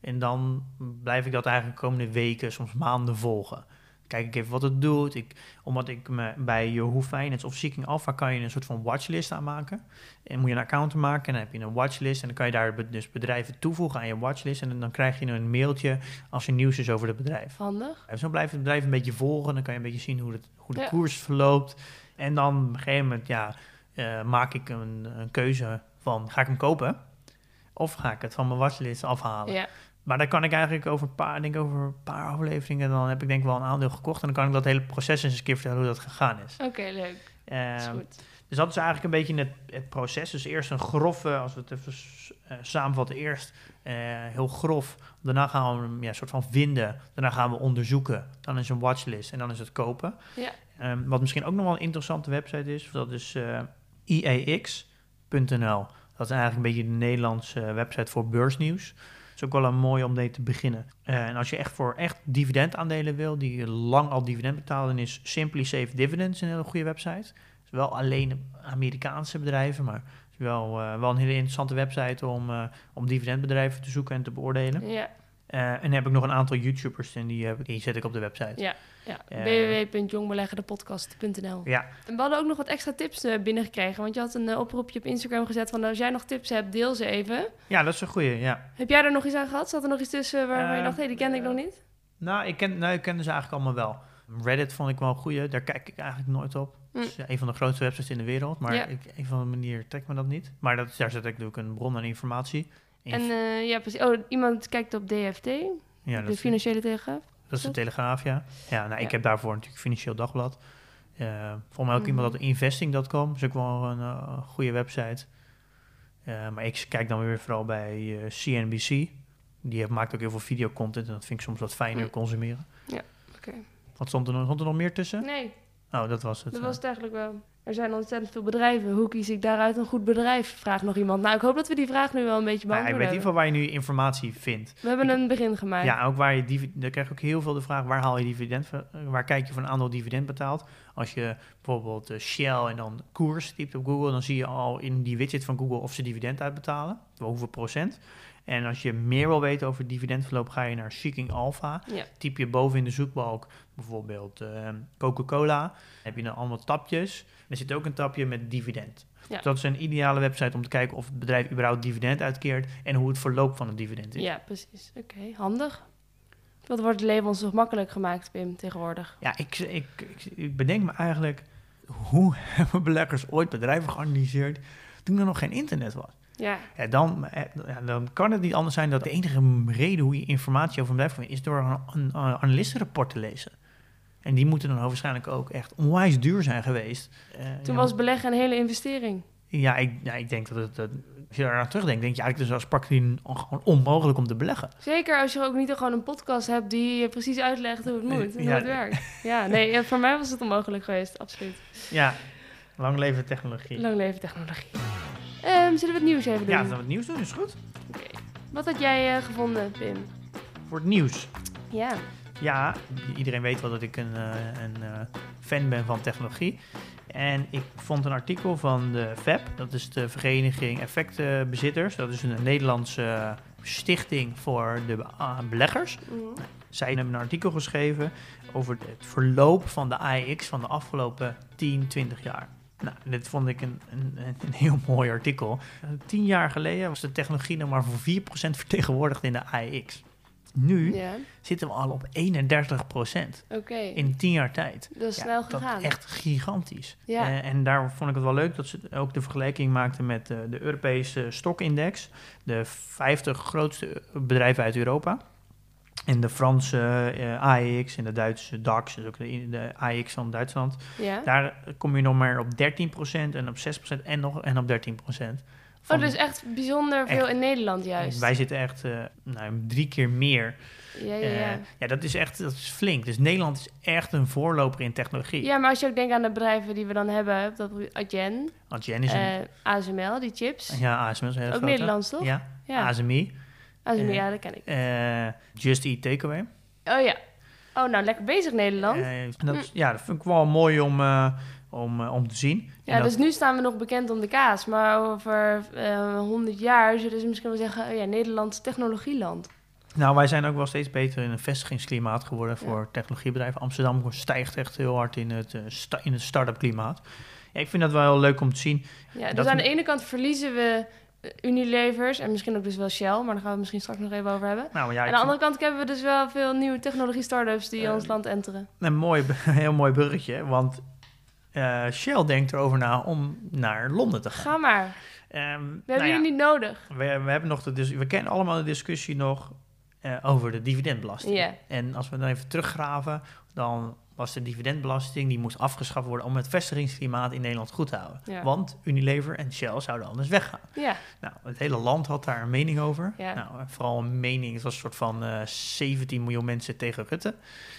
En dan blijf ik dat eigenlijk de komende weken, soms maanden volgen. Kijk ik even wat het doet. Ik, omdat ik me bij Yahoo Finance of Seeking Alpha kan je een soort van watchlist aanmaken. En moet je een account maken en dan heb je een watchlist. En dan kan je daar dus bedrijven toevoegen aan je watchlist. En dan krijg je een mailtje als er nieuws is over het bedrijf. Handig. En zo blijft het bedrijf een beetje volgen. Dan kan je een beetje zien hoe, het, hoe de Ja. koers verloopt. En dan op een gegeven moment ja, uh, maak ik een, een keuze van ga ik hem kopen? Of ga ik het van mijn watchlist afhalen? Ja. Maar dan kan ik eigenlijk over een paar, denk over een paar afleveringen, dan heb ik denk ik wel een aandeel gekocht. En dan kan ik dat hele proces eens een keer vertellen hoe dat gegaan is. Oké, okay, leuk. Uh, dat is goed. Dus dat is eigenlijk een beetje het, het proces. Dus eerst een grove, als we het even uh, samenvatten, eerst uh, heel grof. Daarna gaan we hem ja, soort van vinden. Daarna gaan we onderzoeken. Dan is een watchlist en dan is het kopen. Ja. Um, wat misschien ook nog wel een interessante website is, dat is uh, I A X punt N L. Dat is eigenlijk een beetje de Nederlandse website voor beursnieuws. Dat is ook wel een mooie om mee te beginnen. Uh, en als je echt voor echt dividendaandelen wil, die lang al dividend betalen, dan is Simply Safe Dividends een hele goede website. Het is wel alleen Amerikaanse bedrijven, maar het is wel, uh, wel een hele interessante website om, uh, om dividendbedrijven te zoeken en te beoordelen. Ja. Uh, en dan heb ik nog een aantal YouTubers en die, heb, die zet ik op de website. Ja, ja. Uh, w w w punt jongbeleggendepodcast punt n l. Ja. En we hadden ook nog wat extra tips uh, binnengekregen, want je had een uh, oproepje op Instagram gezet van als jij nog tips hebt, deel ze even. Ja, dat is een goeie, ja. Heb jij er nog iets aan gehad? Zat er nog iets tussen waar, uh, waar je dacht, hé, hey, die kende uh, ik nog niet? Nou, ik ken, nou, ik kende ze eigenlijk allemaal wel. Reddit vond ik wel een goeie, daar kijk ik eigenlijk nooit op. Hm. Het is een van de grootste websites in de wereld, maar Ja. ik, op een of andere manier trekt me dat niet. Maar dat, daar zet ik natuurlijk een bron aan informatie. En uh, ja, precies. Oh, iemand kijkt op D F T, ja, de dat Financiële Telegraaf. Dat is de Telegraaf, ja. Ja, nou, ik ja. heb daarvoor natuurlijk Financieel Dagblad. Uh, volgens mij ook mm. iemand dat investing punt com. Dat is ook wel een uh, goede website. Uh, maar ik kijk dan weer vooral bij uh, C N B C. Die heeft, maakt ook heel veel videocontent en dat vind ik soms wat fijner mm. consumeren. Ja, oké. Okay. Wat stond er, nog, stond er nog meer tussen? Nee. Oh, dat was het. Dat uh. was het eigenlijk wel. Er zijn ontzettend veel bedrijven. Hoe kies ik daaruit een goed bedrijf? Vraagt nog iemand. Nou, ik hoop dat we die vraag nu wel een beetje beantwoorden. Ja, ik weet in ieder geval waar je nu informatie vindt. We hebben ik, een begin gemaakt. Ja, ook waar je dividend. Dan krijg ik ook heel veel de vraag: waar haal je dividend? Waar kijk je voor een aandeel dividend betaalt? Als je bijvoorbeeld uh, Shell en dan koers typt op Google, dan zie je al in die widget van Google of ze dividend uitbetalen. Hoeveel procent. En als je meer wil weten over dividendverloop, ga je naar Seeking Alpha. Ja. Typ je boven in de zoekbalk bijvoorbeeld uh, Coca-Cola. Dan heb je dan allemaal tapjes. Er zit ook een tapje met dividend. Ja. Dus dat is een ideale website om te kijken of het bedrijf überhaupt dividend uitkeert en hoe het verloop van het dividend is. Ja, precies. Oké, okay, handig. Wat wordt het leven ons toch makkelijk gemaakt, Pim, tegenwoordig? Ja, ik, ik, ik, ik bedenk me eigenlijk, hoe hebben beleggers ooit bedrijven geanalyseerd toen er nog geen internet was? Ja. Ja, dan, ja, dan kan het niet anders zijn dat de enige reden hoe je informatie over een bedrijf vindt, is door een, een, een analistenrapport te lezen. En die moeten dan waarschijnlijk ook echt onwijs duur zijn geweest. Uh, Toen ja, was beleggen een hele investering. Ja, ik, ja, ik denk dat het, dat, als je daar aan terugdenkt, denk je eigenlijk dus als praktisch gewoon onmogelijk om te beleggen. Zeker als je ook niet gewoon een podcast hebt die je precies uitlegt hoe het moet en ja, hoe het werkt. Ja, nee, voor mij was het onmogelijk geweest, absoluut. Ja, lang leven technologie. Lang leven technologie. Um, zullen we het nieuws even doen? Ja, zullen we het nieuws doen? Is goed. Oké. Okay. Wat had jij uh, gevonden, Pim? Voor het nieuws? Ja. Ja, iedereen weet wel dat ik een, uh, een uh, fan ben van technologie. En ik vond een artikel van de V E B, dat is de Vereniging Effectenbezitters. Dat is een Nederlandse uh, stichting voor de uh, beleggers. Mm-hmm. Zij hebben een artikel geschreven over het verloop van de A E X van de afgelopen tien, twintig jaar. Nou, dit vond ik een, een, een heel mooi artikel. Tien jaar geleden was de technologie nog maar voor vier procent vertegenwoordigd in de A E X. Nu ja. zitten we al op eenendertig procent okay. in tien jaar tijd. Dat is ja, snel gegaan. Dat is echt gigantisch. Ja. Uh, en daar vond ik het wel leuk dat ze ook de vergelijking maakten met uh, de Europese stokindex. De vijftig grootste bedrijven uit Europa. En de Franse uh, A E X en de Duitse DAX, dus ook de, de A E X van Duitsland. Ja. Daar kom je nog maar op dertien procent en op zes procent en, nog, en op dertien procent. Oh, dus echt bijzonder veel echt, in Nederland juist. Wij zitten echt uh, nou, drie keer meer. Ja, ja, ja. Uh, ja, dat is echt dat is flink. Dus Nederland is echt een voorloper in technologie. Ja, maar als je ook denkt aan de bedrijven die we dan hebben, dat Adyen, Adyen is een... uh, A S M L, die chips. Ja, A S M L is een hele ook grote. Nederlands, toch? Ja, ja. A S M I. A S M I, uh, ja, dat ken ik. Uh, Just Eat Takeaway. Oh ja. Oh, nou, lekker bezig Nederland. Uh, dat, hm. Ja, dat vind ik wel mooi om... Uh, Om, uh, om te zien. Ja, en dus dat... nu staan we nog bekend om de kaas. Maar over honderd uh, jaar zullen ze misschien wel zeggen... Oh ja, Nederland technologieland. Nou, wij zijn ook wel steeds beter in een vestigingsklimaat geworden voor Ja. technologiebedrijven. Amsterdam stijgt echt heel hard in het, uh, sta- in het start-up klimaat. Ja, ik vind dat wel heel leuk om te zien. Ja, dus Dat- aan de ene kant verliezen we eh, Unilevers en misschien ook dus wel Shell, maar daar gaan we het misschien straks nog even over hebben. Nou, ja, Aan ik de vind- andere kant hebben we dus wel veel nieuwe technologie-startups die Eh, ons land enteren. Een mooi, heel mooi bruggetje, want uh, Shell denkt erover na om naar Londen te gaan. Ga maar. Um, We hebben nou ja, jullie niet nodig. we, we, hebben nog de, dus we kennen allemaal de discussie nog uh, over de dividendbelasting. Ja. En als we dan even teruggraven, dan was de dividendbelasting, die moest afgeschaft worden om het vestigingsklimaat in Nederland goed te houden. Ja. Want Unilever en Shell zouden anders weggaan. Ja, Nou, het hele land had daar een mening over. Ja. Nou, vooral een mening, het was een soort van uh, zeventien miljoen mensen tegen Rutte.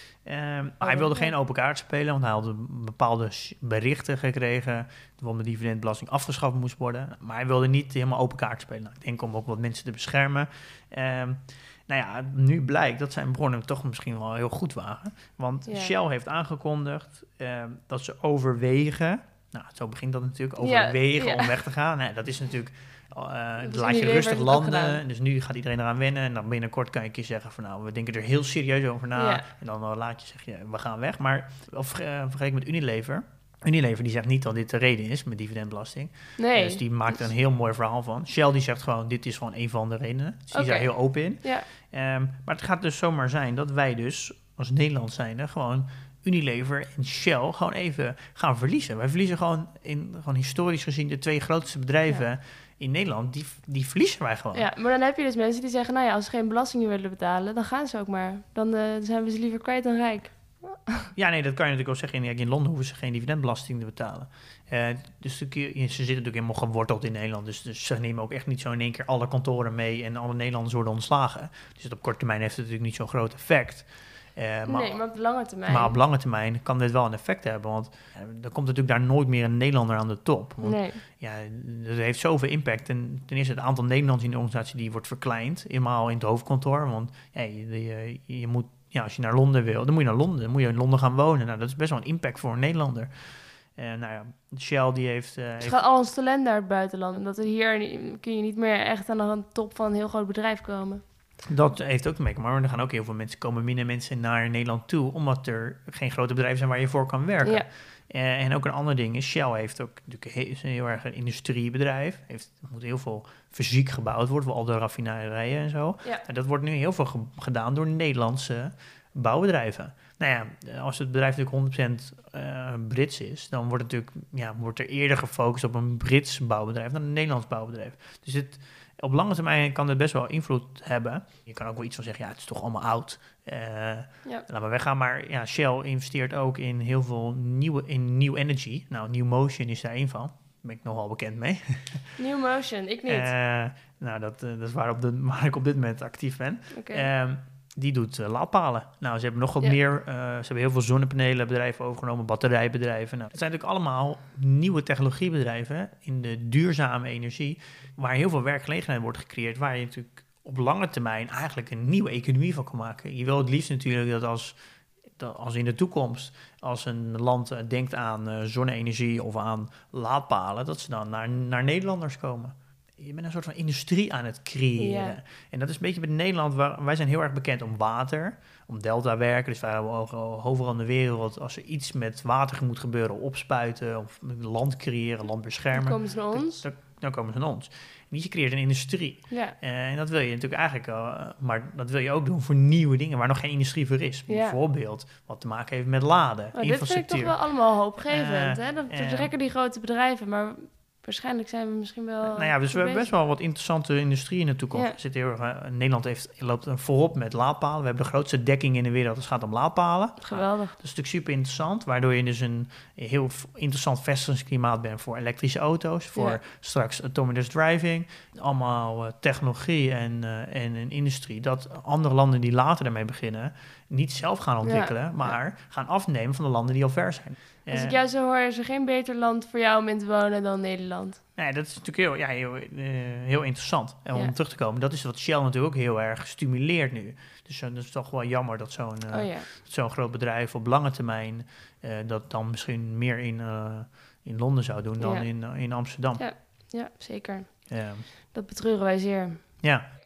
Um, Oh, hij wilde ja. geen open kaart spelen, want hij had bepaalde berichten gekregen waarom de dividendbelasting afgeschaft moest worden. Maar hij wilde niet helemaal open kaart spelen. Nou, ik denk om ook wat mensen te beschermen. Um, nou ja, nu blijkt dat zijn bronnen toch misschien wel heel goed waren. Want Ja. Shell heeft aangekondigd um, dat ze overwegen, nou zo begint dat natuurlijk, Ja, overwegen ja. om weg te gaan. Nou, dat is natuurlijk, uh, Dat is laat je Unilever rustig het ook landen. gedaan. Dus nu gaat iedereen eraan wennen. En dan binnenkort kan je een keer zeggen van nou, we denken er heel serieus over na. Ja. En dan uh, laat je zeggen, we gaan weg. Maar of, uh, vergeleken met Unilever. Unilever die zegt niet dat dit de reden is met dividendbelasting. nee. Dus die maakt er een heel mooi verhaal van. Shell die zegt gewoon, dit is gewoon een van de redenen. Dus die is Oké. daar heel open in. Ja, Um, maar het gaat dus zomaar zijn dat wij dus als Nederland zijnde gewoon Unilever en Shell gewoon even gaan verliezen. Wij verliezen gewoon, in, gewoon historisch gezien de twee grootste bedrijven Ja. in Nederland. Die, die verliezen wij gewoon. ja, maar dan heb je dus mensen die zeggen, nou ja, als ze geen belastingen willen betalen, dan gaan ze ook maar. Dan uh, zijn we ze liever kwijt dan rijk. Ja, nee, dat kan je natuurlijk ook zeggen. In, in Londen hoeven ze geen dividendbelasting te betalen. Uh, dus de, ze zitten natuurlijk helemaal geworteld in Nederland. Dus, dus ze nemen ook echt niet zo in één keer alle kantoren mee en alle Nederlanders worden ontslagen. Dus op korte termijn heeft het natuurlijk niet zo'n groot effect. Uh, maar, nee, maar op de lange termijn. maar op lange termijn kan dit wel een effect hebben. Want ja, er komt natuurlijk daar nooit meer een Nederlander aan de top. Want Nee. ja, dat heeft zoveel impact. En ten eerste het aantal Nederlanders in de organisatie die wordt verkleind. Eenmaal in het hoofdkantoor. Want ja, je, je, je moet... Ja, als je naar Londen wil, dan moet je naar Londen. Dan moet je in Londen gaan wonen. Nou, dat is best wel een impact voor een Nederlander. En nou ja, Shell die heeft... Uh, Dus heeft gaat al ons talent naar het buitenland. Omdat er hier ni- kun je niet meer echt aan de top van een heel groot bedrijf komen. dat heeft ook te maken. Maar er gaan ook heel veel mensen komen, minder mensen naar Nederland toe. Omdat er geen grote bedrijven zijn waar je voor kan werken. Ja. Uh, en ook een ander ding is, Shell heeft ook natuurlijk he- is een heel erg een industriebedrijf. Heeft, er moet heel veel fysiek gebouwd worden, voor al de raffinaderijen en zo. Ja. En dat wordt nu heel veel ge- gedaan door Nederlandse bouwbedrijven. Nou ja, als het bedrijf natuurlijk honderd procent uh, Brits is, dan wordt, het natuurlijk, ja, wordt er eerder gefocust op een Brits bouwbedrijf dan een Nederlands bouwbedrijf. Dus het, op lange termijn kan het best wel invloed hebben. Je kan ook wel iets van zeggen, ja, het is toch allemaal oud. Uh, Ja. Laat maar weggaan. Maar ja, Shell investeert ook in heel veel nieuwe, in new energy. Nou, New Motion is daar één van. Daar ben ik nogal bekend mee. New Motion, ik niet. Uh, nou, dat, uh, dat is waar, op de, waar ik op dit moment actief ben. Oké. Um, die doet uh, laadpalen. Nou, ze hebben nog wat Ja. meer. Uh, ze hebben heel veel zonnepanelenbedrijven overgenomen, batterijbedrijven. Nou, het zijn natuurlijk allemaal nieuwe technologiebedrijven in de duurzame energie, waar heel veel werkgelegenheid wordt gecreëerd, waar je natuurlijk op lange termijn eigenlijk een nieuwe economie van kan maken. Je wil het liefst natuurlijk dat als, dat als in de toekomst, als een land uh, denkt aan uh, zonne-energie of aan laadpalen, dat ze dan naar, naar Nederlanders komen. Je bent een soort van industrie aan het creëren. Ja. En dat is een beetje bij Nederland, waar, wij zijn heel erg bekend om water, om delta werken. Dus wij hebben overal in de wereld, als er iets met water moet gebeuren, opspuiten of land creëren, land beschermen. Dan komen ze naar ons. Dan, dan komen ze naar ons. En die creëert een industrie. Ja. Uh, en dat wil je natuurlijk eigenlijk, uh, maar dat wil je ook doen voor nieuwe dingen waar nog geen industrie voor is. Ja. Bijvoorbeeld wat te maken heeft met laden, Maar dit vind ik toch wel allemaal hoopgevend. Uh, hè? Dat uh, trekken die grote bedrijven, maar waarschijnlijk zijn we misschien wel... Nou ja, dus we hebben best wel wat interessante industrie in de toekomst. Ja. Zit heel erg, uh, Nederland heeft, loopt voorop met laadpalen. We hebben de grootste dekking in de wereld als het gaat om laadpalen. Geweldig. Dat is natuurlijk super interessant, waardoor je dus een heel f- interessant vestigingsklimaat bent voor elektrische auto's, voor Ja. straks autonomous driving. Allemaal uh, technologie en, uh, en een industrie dat andere landen die later daarmee beginnen niet zelf gaan ontwikkelen, Ja. maar gaan afnemen van de landen die al ver zijn. Als Uh, ik jou zo hoor, is er geen beter land voor jou om in te wonen dan Nederland. Nee, dat is natuurlijk heel, ja, heel, uh, heel interessant. En om Ja. terug te komen, dat is wat Shell natuurlijk ook heel erg stimuleert nu. Dus uh, dat is toch wel jammer dat zo'n, uh, Oh ja. zo'n groot bedrijf op lange termijn uh, dat dan misschien meer in, uh, in Londen zou doen dan Ja. in, uh, in Amsterdam. Ja. Ja, zeker. Ja. Dat betreuren wij zeer. Ja.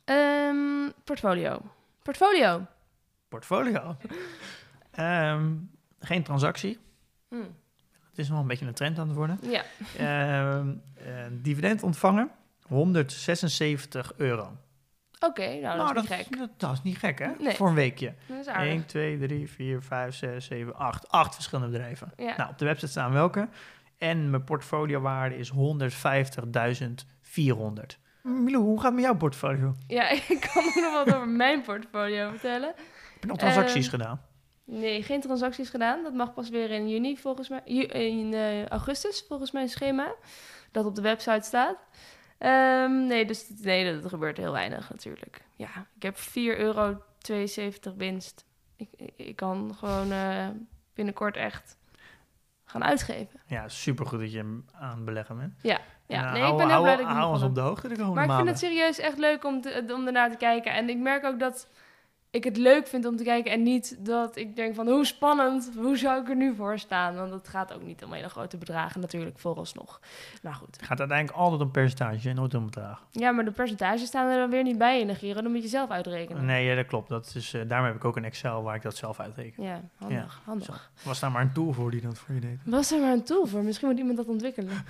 Um, portfolio. Portfolio. Portfolio. um, geen transactie. Hmm. Het is nog een beetje een trend aan het worden. Ja. Um, uh, dividend ontvangen, honderdzesenzeventig euro. Oké, okay, nou, dat nou, is niet dat, gek. Dat, dat is niet gek, hè? Nee. Voor een weekje. Dat is aardig. één, twee, drie, vier, vijf, zes, zeven, acht. Acht verschillende bedrijven. Ja. Nou, op de website staan welke. En mijn portfoliowaarde is honderdvijftigduizend vierhonderd. Milou, hoe gaat het met jouw portfolio? Ja, ik kan nog wat over mijn portfolio vertellen. Heb je nog transacties Uh, gedaan? Nee, geen transacties gedaan. Dat mag pas weer in juni, volgens mij. Ju- in uh, augustus, volgens mijn schema. Dat op de website staat. Um, nee, dus nee, dat gebeurt heel weinig natuurlijk. Ja, ik heb vier euro tweeënzeventig winst. Ik, ik, ik kan gewoon uh, binnenkort echt gaan uitgeven. Ja, supergoed dat je hem aan het beleggen bent. Ja, ja. Nou, nee, hou, ik ben heel hou, blij dat ik hou ons begonnen. op de hoogte de komende Maar ik maanden. vind het serieus echt leuk om, te, om ernaar te kijken. En ik merk ook dat ik het leuk vind om te kijken en niet dat ik denk van hoe spannend, hoe zou ik er nu voor staan? Want het gaat ook niet om hele grote bedragen natuurlijk, vooralsnog. Nou goed. Het gaat uiteindelijk altijd om percentage en nooit om bedrag. Ja, maar de percentages staan er dan weer niet bij in de Giro. Dan moet je zelf uitrekenen. Nee, ja, dat klopt. Dat is, uh, daarom heb ik ook een Excel waar ik dat zelf uitreken. Ja, handig, Ja, handig. Zo. Was daar maar een tool voor die dat voor je deed? Was er maar een tool voor? Misschien moet iemand dat ontwikkelen.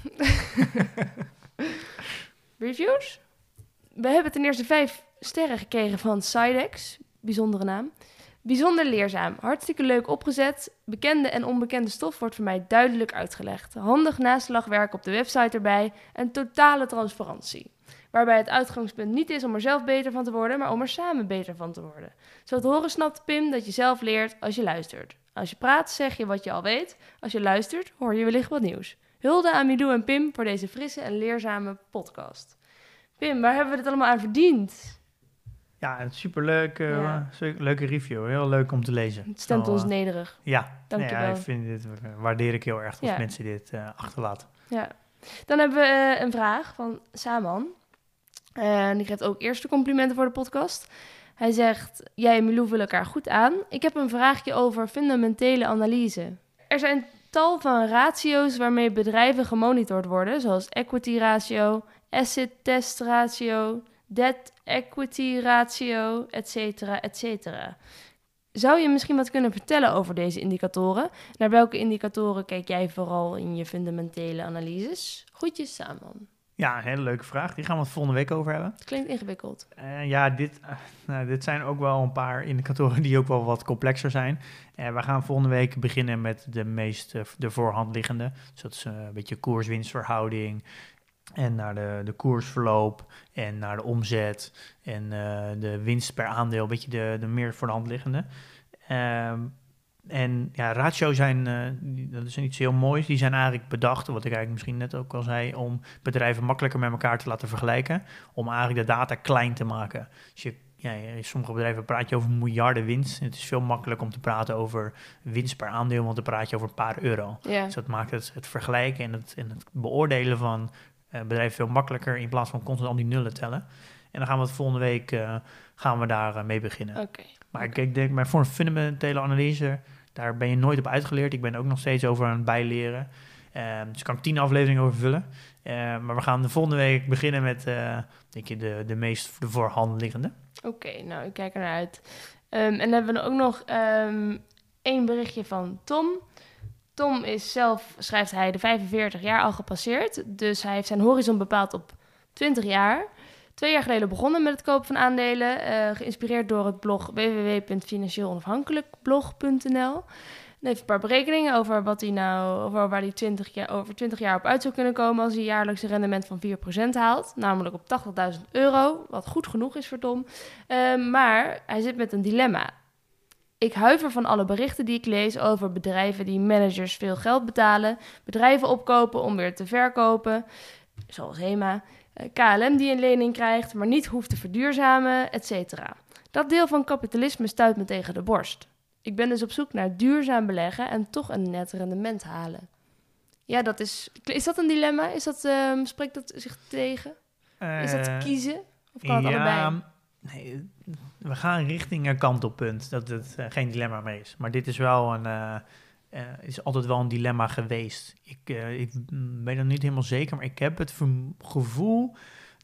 Reviews? We hebben ten eerste vijf sterren gekregen van Sidex. Bijzondere naam. Bijzonder leerzaam. Hartstikke leuk opgezet. Bekende en onbekende stof wordt voor mij duidelijk uitgelegd. Handig naslagwerk op de website erbij. En totale transparantie. Waarbij het uitgangspunt niet is om er zelf beter van te worden, maar om er samen beter van te worden. Zo te horen snapt Pim dat je zelf leert als je luistert. Als je praat zeg je wat je al weet. Als je luistert hoor je wellicht wat nieuws. Hulde aan Milou en Pim voor deze frisse en leerzame podcast. Pim, waar hebben we dit allemaal aan verdiend? Ja, een superleuk, uh, Ja. leuke review. Heel leuk om te lezen. Het stemt Zo, ons uh, nederig. Ja, Dank je ja, wel. ik vind dit, uh, waardeer ik heel erg als Ja. mensen dit uh, achterlaten. Ja. Dan hebben we uh, een vraag van Saman. Uh, en die geeft ook eerste complimenten voor de podcast. Hij zegt, jij en Milou vullen elkaar goed aan. Ik heb een vraagje over fundamentele analyse. Er zijn tal van ratio's waarmee bedrijven gemonitord worden, zoals equity ratio, asset test ratio, debt equity ratio, et cetera, et cetera. Zou je misschien wat kunnen vertellen over deze indicatoren? Naar welke indicatoren kijk jij vooral in je fundamentele analyses? Groetjes samen. Ja, een hele leuke vraag. Die gaan we het volgende week over hebben. Het klinkt ingewikkeld. Uh, ja, dit, uh, nou, dit zijn ook wel een paar indicatoren die ook wel wat complexer zijn. Uh, we gaan volgende week beginnen met de meest uh, de voorhand liggende. Dus dat is uh, een beetje koers-winstverhouding. En naar de, de koersverloop en naar de omzet en uh, de winst per aandeel, een beetje de, de meer voor de hand liggende. Um, en ja, ratio zijn, uh, die, dat is iets heel moois. Die zijn eigenlijk bedacht, wat ik eigenlijk misschien net ook al zei, om bedrijven makkelijker met elkaar te laten vergelijken. Om eigenlijk de data klein te maken. Dus je, ja, in sommige bedrijven praat je over miljarden winst. Het is veel makkelijker om te praten over winst per aandeel, want dan praat je over een paar euro. Ja. Dus dat maakt het, het vergelijken en het, en het beoordelen van uh, bedrijven veel makkelijker in plaats van constant al die nullen tellen. En dan gaan we het volgende week uh, gaan we daar uh, mee beginnen. Oké. Okay. Maar okay. ik denk, maar voor een fundamentele analyse, daar ben je nooit op uitgeleerd. Ik ben ook nog steeds over aan het bijleren. Uh, dus daar kan ik tien afleveringen over vullen. Uh, maar we gaan de volgende week beginnen met uh, denk je, de, de meest de voorhand liggende. Oké, okay, nou, ik kijk er naar uit. Um, en dan hebben we ook nog um, één berichtje van Tom. Tom is zelf, schrijft hij, de vijfenveertig jaar al gepasseerd. Dus hij heeft zijn horizon bepaald op twintig jaar. Twee jaar geleden begonnen met het kopen van aandelen. Uh, geïnspireerd door het blog w w w punt financieel onafhankelijk blog punt n l. En heeft een paar berekeningen over, wat hij nou, over waar hij twintig jaar, over twintig jaar op uit zou kunnen komen als hij jaarlijks een rendement van vier procent haalt. Namelijk op tachtigduizend euro, wat goed genoeg is voor Tom. Uh, maar hij zit met een dilemma. Ik huiver van alle berichten die ik lees over bedrijven die managers veel geld betalen, bedrijven opkopen om weer te verkopen, zoals HEMA, K L M die een lening krijgt, maar niet hoeft te verduurzamen, et cetera. Dat deel van kapitalisme stuit me tegen de borst. Ik ben dus op zoek naar duurzaam beleggen en toch een net rendement halen. Ja, dat is... Is dat een dilemma? Is dat, um, spreekt dat zich tegen? Uh, is dat kiezen? Of kan het ja, allebei? Nee, we gaan richting een kantelpunt dat het uh, geen dilemma meer is. Maar dit is wel een... Uh, Uh, is altijd wel een dilemma geweest. Ik, uh, ik weet het niet helemaal zeker, maar ik heb het gevoel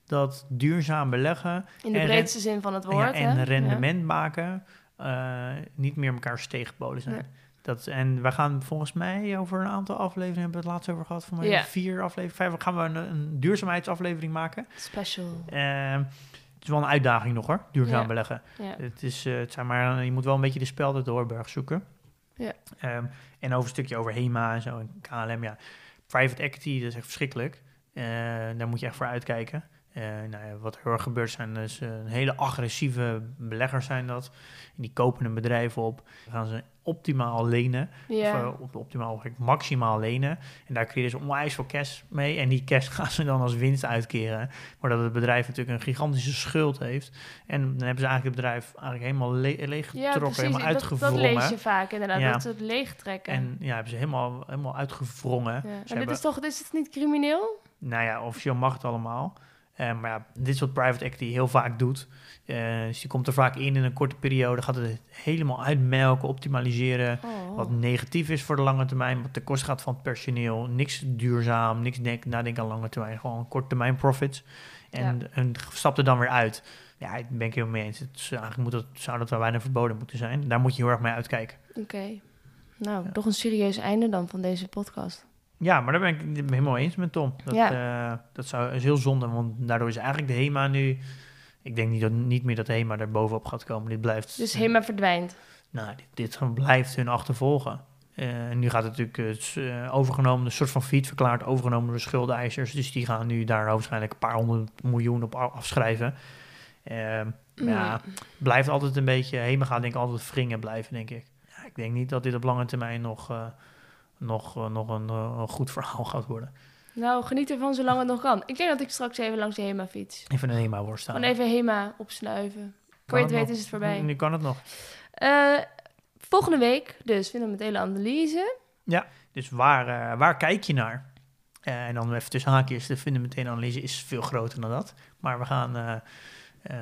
dat duurzaam beleggen In de en breedste zin van het woord. ja, en hè? rendement maken uh, niet meer elkaars tegenpolen zijn. Nee. Dat, en we gaan volgens mij over een aantal afleveringen, hebben we het laatst over gehad, van mij Ja. vier afleveringen, vijf, gaan we een, een duurzaamheidsaflevering maken. Special. Uh, het is wel een uitdaging nog hoor, duurzaam Ja. beleggen. Ja. Het is, uh, het zijn maar, je moet wel een beetje de speld uit de Hoorberg zoeken. Ja. Um, en over een stukje over HEMA en zo, en K L M, ja. Private equity, dat is echt verschrikkelijk. Uh, daar moet je echt voor uitkijken. Uh, nou ja, wat er heel erg gebeurt zijn dus uh, een hele agressieve beleggers zijn dat. En die kopen een bedrijf op, dan gaan ze optimaal lenen, Ja. of uh, op optimaal maximaal lenen. En daar creëren ze onwijs veel cash mee. En die cash gaan ze dan als winst uitkeren. Maar dat het bedrijf natuurlijk een gigantische schuld heeft. En dan hebben ze eigenlijk het bedrijf eigenlijk helemaal le- leeggetrokken, ja, helemaal dat, uitgewrongen. dat lees je vaak inderdaad, Ja. dat ze het leegtrekken. En ja, hebben ze helemaal, helemaal uitgewrongen. Ja. Ze En dit hebben- is toch, is het niet crimineel? Nou ja, officieel mag het allemaal. Uh, maar ja, dit is wat private equity heel vaak doet. Uh, dus die komt er vaak in in een korte periode, gaat het helemaal uitmelken, optimaliseren. Oh. Wat negatief is voor de lange termijn, wat ten koste gaat van het personeel. Niks duurzaam, niks denk, nadenken aan lange termijn. Gewoon korte termijn profits. En, Ja. en stapt er dan weer uit. Ja, ik ben ik heel mee eens. Het is, eigenlijk moet dat, zou dat wel bijna verboden moeten zijn. Daar moet je heel erg mee uitkijken. Oké. Okay. Nou, Ja. toch een serieus einde dan van deze podcast. Ja, maar daar ben ik het helemaal eens met Tom. Dat, Ja. uh, dat zou, is heel zonde, want daardoor is eigenlijk de HEMA nu... Ik denk niet, dat, niet meer dat de HEMA er bovenop gaat komen. Dit blijft... Dus HEMA verdwijnt. Nou, dit, dit blijft hun achtervolgen. Uh, nu gaat het natuurlijk uh, overgenomen, een soort van failliet verklaard, overgenomen door de schuldeisers. Dus die gaan nu daar waarschijnlijk een paar honderd miljoen op afschrijven. Uh, mm. Ja, blijft altijd een beetje... HEMA gaat denk ik altijd wringen blijven, denk ik. Ja, ik denk niet dat dit op lange termijn nog... Uh, nog, uh, nog een, uh, een goed verhaal gaat worden. Nou, geniet ervan zolang het nog kan. Ik denk dat ik straks even langs de HEMA fiets. Even een HEMA-worst staan. Gewoon even HEMA opsnuiven. Voor je het weet is het voorbij. Nu kan het nog. Uh, volgende week dus fundamentele analyse. Ja, dus waar, uh, waar kijk je naar? Uh, en dan even tussen haakjes, de fundamentele analyse is veel groter dan dat. Maar we gaan uh, uh,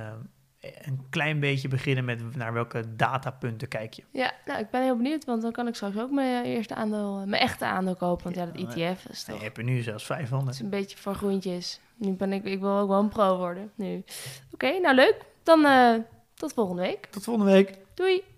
een klein beetje beginnen met naar welke datapunten kijk je. Ja, nou, ik ben heel benieuwd, want dan kan ik straks ook mijn eerste aandeel, mijn echte aandeel kopen. Want ja, dat E T F is toch... Je hebt er nu zelfs vijfhonderd. Het is een beetje voor groentjes. Nu ben ik, ik wil ook wel een pro worden, nu. Oké, okay, nou leuk. Dan uh, tot volgende week. Tot volgende week. Doei.